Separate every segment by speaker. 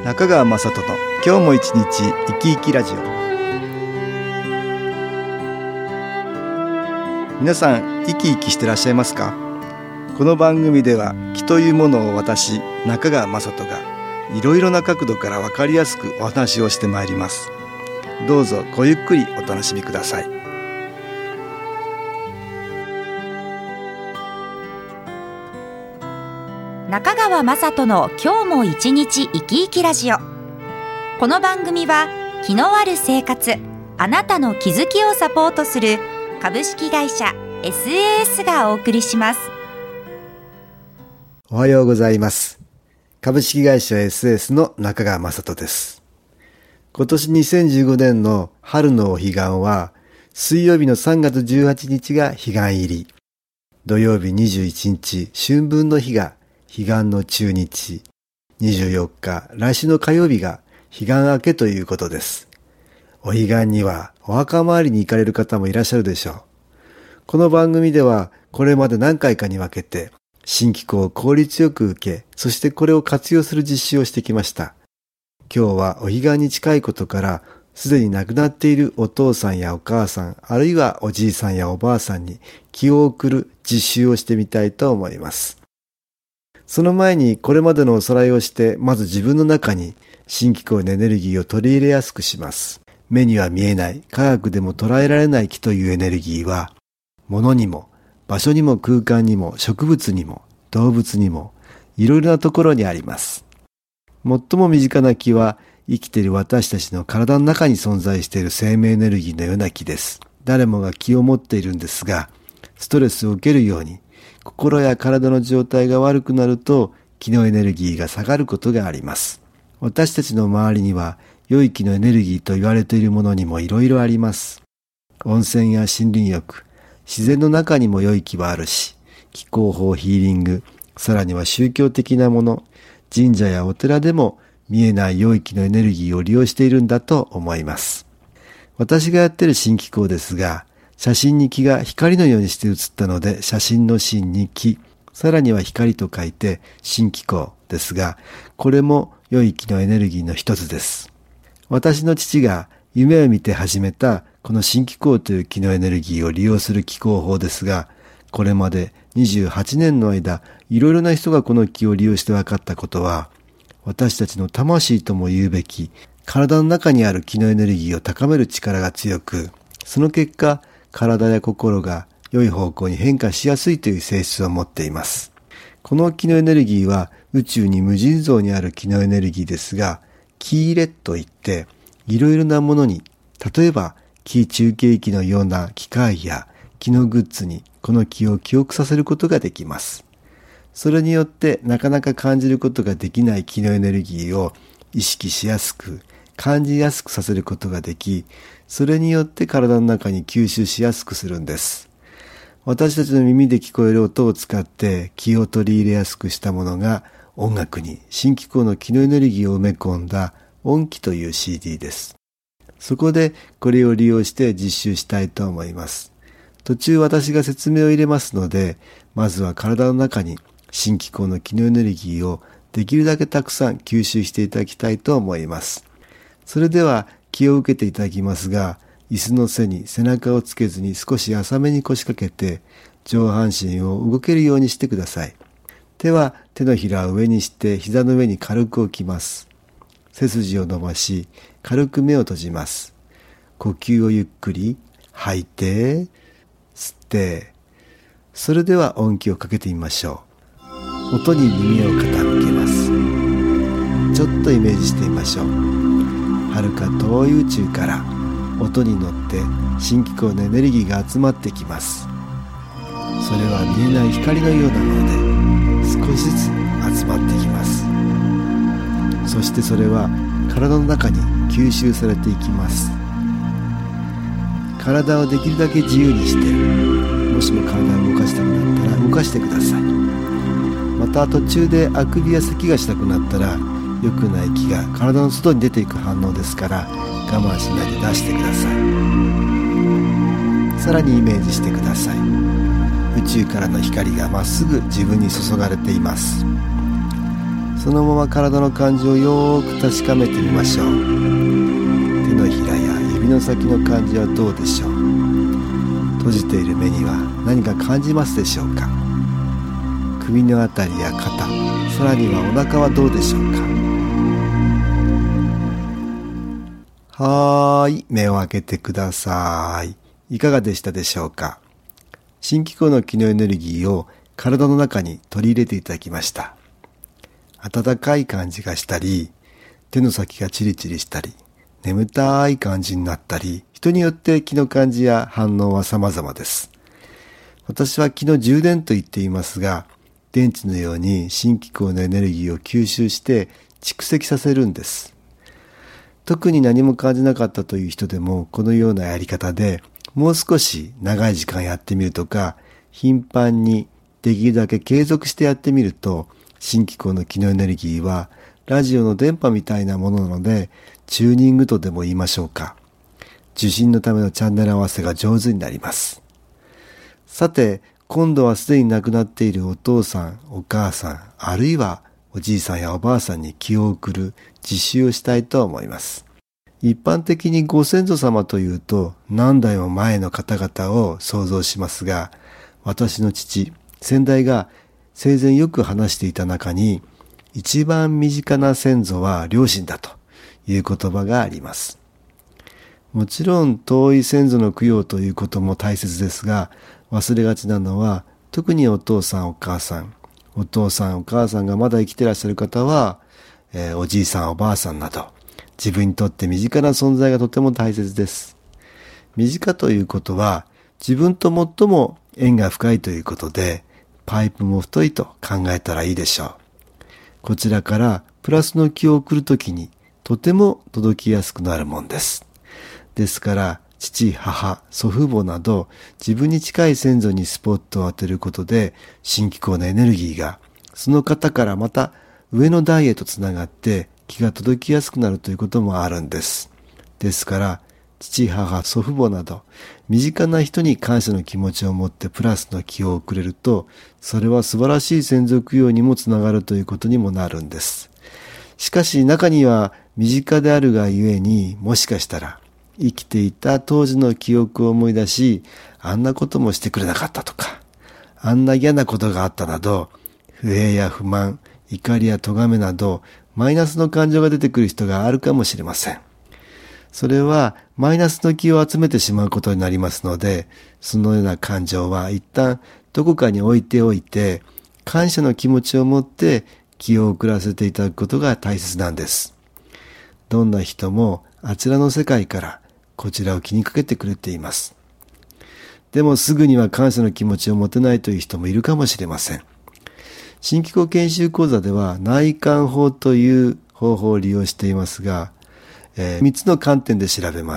Speaker 1: 中川雅人の今日も一日生き生きラジオ。皆さん生き生きしてらっしゃいますか？この番組では気というものを私中川雅人がいろいろな角度から分かりやすくお話をしてまいります。どうぞごゆっくりお楽しみください。
Speaker 2: 中川雅人の今日も一日生き生きラジオ。この番組は気のある生活、あなたの気づきをサポートする株式会社 SAS がお送りします。
Speaker 1: おはようございます。株式会社 SAS の中川雅人です。今年2015年の春のお彼岸は水曜日の3月18日が彼岸入り、土曜日21日春分の日が彼岸の中日、24日来週の火曜日が彼岸明けということです。お彼岸にはお墓参りに行かれる方もいらっしゃるでしょう。この番組ではこれまで何回かに分けて新機構を効率よく受け、そしてこれを活用する実習をしてきました。今日はお彼岸に近いことからすでに亡くなっているお父さんやお母さん、あるいはおじいさんやおばあさんに気を送る実習をしてみたいと思います。その前にこれまでのおさらいをして、まず自分の中に新機構のエネルギーを取り入れやすくします。目には見えない、科学でも捉えられない気というエネルギーは、物にも、場所にも空間にも植物にも動物にもいろいろなところにあります。最も身近な気は生きている私たちの体の中に存在している生命エネルギーのような気です。誰もが気を持っているんですが、ストレスを受けるように心や体の状態が悪くなると気のエネルギーが下がることがあります。私たちの周りには良い気のエネルギーと言われているものにもいろいろあります。温泉や森林浴、自然の中にも良い気はあるし、気候法ヒーリング、さらには宗教的なもの、神社やお寺でも見えない良い気のエネルギーを利用しているんだと思います。私がやっている新気候ですが、写真に気が光のようにして写ったので、写真の真に気、さらには光と書いて新気候ですが、これも良い気のエネルギーの一つです。私の父が夢を見て始めたこの新気候という気のエネルギーを利用する気候法ですが、これまで28年の間、いろいろな人がこの気を利用して分かったことは、私たちの魂とも言うべき体の中にある気のエネルギーを高める力が強く、その結果、体や心が良い方向に変化しやすいという性質を持っています。この気のエネルギーは宇宙に無尽蔵にある気のエネルギーですが、気入れといっていろいろなものに、例えば気中継機のような機械や気のグッズにこの気を記憶させることができます。それによってなかなか感じることができない気のエネルギーを意識しやすく、感じやすくさせることができ、それによって体の中に吸収しやすくするんです。私たちの耳で聞こえる音を使って気を取り入れやすくしたものが音楽に新気候の気のエネルギーを埋め込んだ音気という CD です。そこでこれを利用して実習したいと思います。途中私が説明を入れますので、まずは体の中に新気候の気のエネルギーをできるだけたくさん吸収していただきたいと思います。それでは気を受けていただきますが、椅子の背に背中をつけずに少し浅めに腰掛けて上半身を動けるようにしてください。手は手のひらを上にして膝の上に軽く置きます。背筋を伸ばし軽く目を閉じます。呼吸をゆっくり吐いて吸って、それでは音気をかけてみましょう。音に耳を傾けます。ちょっとイメージしてみましょう。遥か遠い宇宙から音に乗って新気候のエネルギーが集まってきます。それは見えない光のようなもので少しずつ集まってきます。そしてそれは体の中に吸収されていきます。体をできるだけ自由にして、もしも体を動かしたくなったら動かしてください。また途中であくびや咳がしたくなったら、良くない気が体の外に出ていく反応ですから、我慢しないで出してください。さらにイメージしてください。宇宙からの光がまっすぐ自分に注がれています。 そのまま体の感じをよーく確かめてみましょう。手のひらや指の先の感じはどうでしょう。閉じている目には何か感じますでしょうか。首のあたりや肩、さらにはお腹はどうでしょうか。はーい、目を開けてください。いかがでしたでしょうか。新機構の気のエネルギーを体の中に取り入れていただきました。温かい感じがしたり、手の先がチリチリしたり、眠たい感じになったり、人によって気の感じや反応は様々です。私は気の充電と言っていますが、電池のように新機構のエネルギーを吸収して蓄積させるんです。特に何も感じなかったという人でも、このようなやり方でもう少し長い時間やってみるとか、頻繁にできるだけ継続してやってみると、新機構の気のエネルギーはラジオの電波みたいなものなので、チューニングとでも言いましょうか。受信のためのチャンネル合わせが上手になります。さて、今度はすでに亡くなっているお父さん、お母さん、あるいはおじいさんやおばあさんに気を送る実習をしたいと思います。一般的にご先祖様というと何代も前の方々を想像しますが、私の父、先代が生前よく話していた中に、一番身近な先祖は両親だという言葉があります。もちろん遠い先祖の供養ということも大切ですが、忘れがちなのは、特にお父さんお母さん、お父さんお母さんがまだ生きてらっしゃる方は、おじいさんおばあさんなど、自分にとって身近な存在がとても大切です。身近ということは、自分と最も縁が深いということで、パイプも太いと考えたらいいでしょう。こちらからプラスの気を送るときにとても届きやすくなるもんです。ですから父、母、祖父母など自分に近い先祖にスポットを当てることで新機構のエネルギーがその方からまた上の代へとつながって気が届きやすくなるということもあるんです。ですから父、母、祖父母など身近な人に感謝の気持ちを持ってプラスの気を送れると、それは素晴らしい先祖供養にもつながるということにもなるんです。しかし中には身近であるがゆえに、もしかしたら生きていた当時の記憶を思い出し、あんなこともしてくれなかったとか、あんな嫌なことがあったなど、不平や不満、怒りや咎めなどマイナスの感情が出てくる人があるかもしれません。それはマイナスの気を集めてしまうことになりますので、そのような感情は一旦どこかに置いておいて、感謝の気持ちを持って気を送らせていただくことが大切なんです。どんな人もあちらの世界からこちらを気にかけてくれています。でもすぐには感謝の気持ちを持てないという人もいるかもしれません。新機構研修講座では内観法という方法を利用していますが、3つの観点で調べます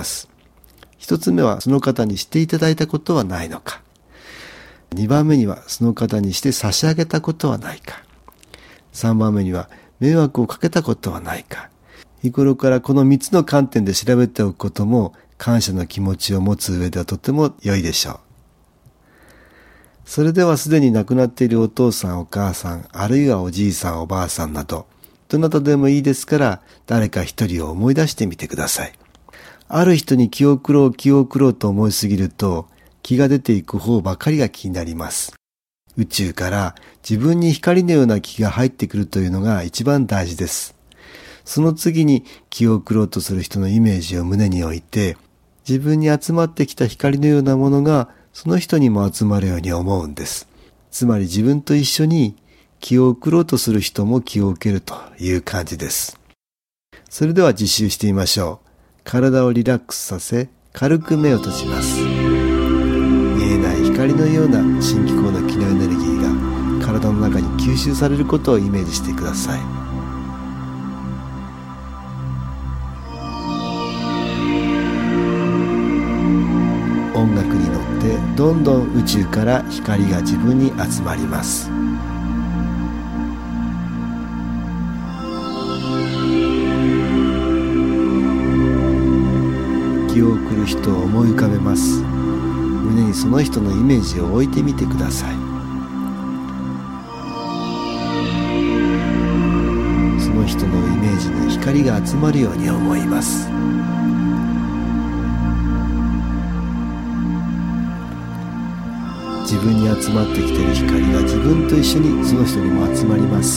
Speaker 1: 。1つ目はその方にしていただいたことはないのか。2番目にはその方にして差し上げたことはないか。3番目には迷惑をかけたことはないか。日頃からこの3つの観点で調べておくことも感謝の気持ちを持つ上ではとても良いでしょう。それではすでに亡くなっているお父さんお母さん、あるいはおじいさんおばあさんなど、どなたでもいいですから、誰か一人を思い出してみてください。ある人に気を送ろうと思いすぎると、気が出ていく方ばかりが気になります。宇宙から自分に光のような気が入ってくるというのが一番大事です。その次に気を送ろうとする人のイメージを胸に置いて、自分に集まってきた光のようなものがその人にも集まるように思うんです。つまり自分と一緒に気を送ろうとする人も気を受けるという感じです。それでは実習してみましょう。体をリラックスさせ、軽く目を閉じます。見えない光のような新機構の気のエネルギーが体の中に吸収されることをイメージしてください。音楽に乗ってどんどん宇宙から光が自分に集まります。気を送る人を思い浮かべます。胸にその人のイメージを置いてみてください。 光が集まるように思います。自分に集まってきている光が自分と一緒にその人にも集まります。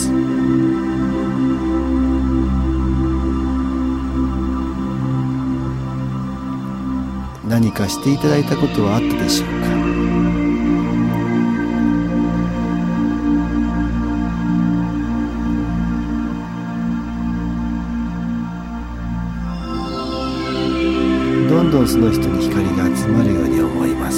Speaker 1: 何かしていただいたことはあったでしょうか。どんどんその人に光が集まるように思います。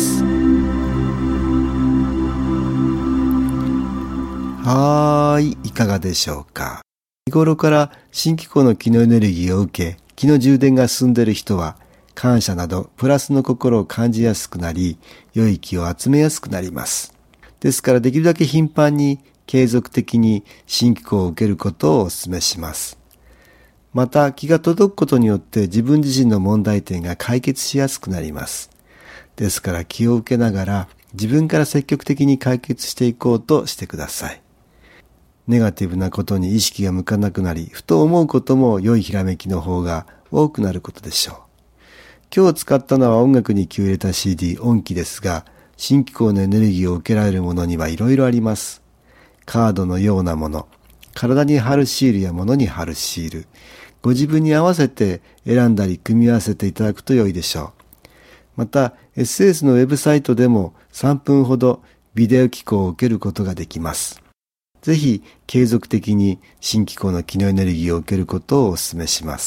Speaker 1: いかがでしょうか。日頃から新機構の気のエネルギーを受け、気の充電が進んでいる人は、感謝などプラスの心を感じやすくなり、良い気を集めやすくなります。ですからできるだけ頻繁に継続的に新機構を受けることをお勧めします。また気が届くことによって自分自身の問題点が解決しやすくなります。ですから気を受けながら自分から積極的に解決していこうとしてください。ネガティブなことに意識が向かなくなり、ふと思うことも良いひらめきの方が多くなることでしょう。今日使ったのは音楽に気を入れた CD 音機ですが、新機構のエネルギーを受けられるものにはいろいろあります。カードのようなもの、体に貼るシールや物に貼るシール、ご自分に合わせて選んだり組み合わせていただくと良いでしょう。また SS のウェブサイトでも3分ほどビデオ機構を受けることができます。ぜひ継続的に新機構の気のエネルギーを受けることをお勧めします。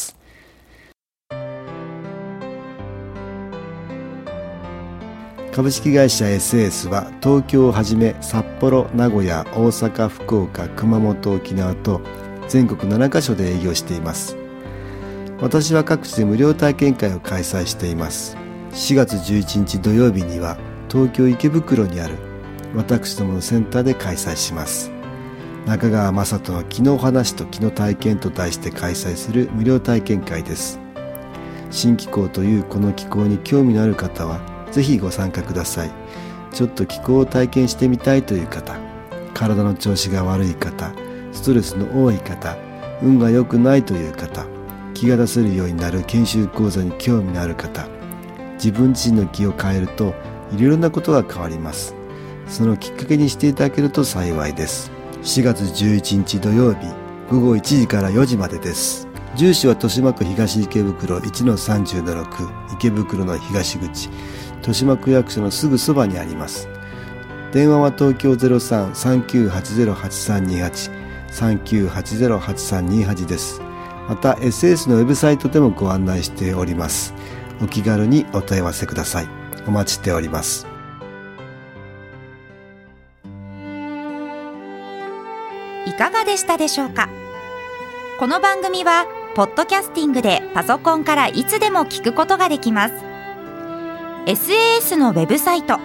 Speaker 1: 株式会社 SS は東京をはじめ札幌、名古屋、大阪、福岡、熊本、沖縄と全国7カ所で営業しています。私は各地で無料体験会を開催しています。4月11日土曜日には東京池袋にある私どものセンターで開催します。中川雅人の気の話と気の体験と題して開催する無料体験会です。新気候というこの気候に興味のある方はぜひご参加ください。ちょっと気候を体験してみたいという方、体の調子が悪い方、ストレスの多い方、運が良くないという方、気が出せるようになる研修講座に興味のある方、自分自身の気を変えるといろいろなことが変わります。そのきっかけにしていただけると幸いです。4月11日土曜日午後1時から4時までです。住所は豊島区東池袋 1-30-6 池袋の東口、豊島区役所のすぐそばにあります。電話は東京 03-3980-8328 3980-8328 です。また SS のウェブサイトでもご案内しております。お気軽にお問い合わせください。お待ちしております。
Speaker 2: いかがでしたでしょうか。この番組はポッドキャスティングでパソコンからいつでも聞くことができます。SAS のウェブサイト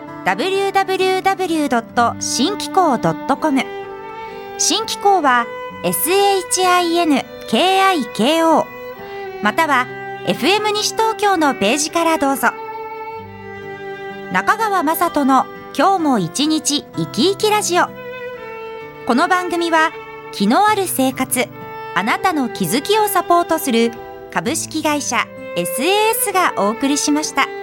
Speaker 2: www.新機構.com、 新機構は SHINKIKO または FM 西東京のページからどうぞ。中川雅人の今日も一日生き生きラジオ。この番組は気のある生活、あなたの気づきをサポートする株式会社 SAS がお送りしました。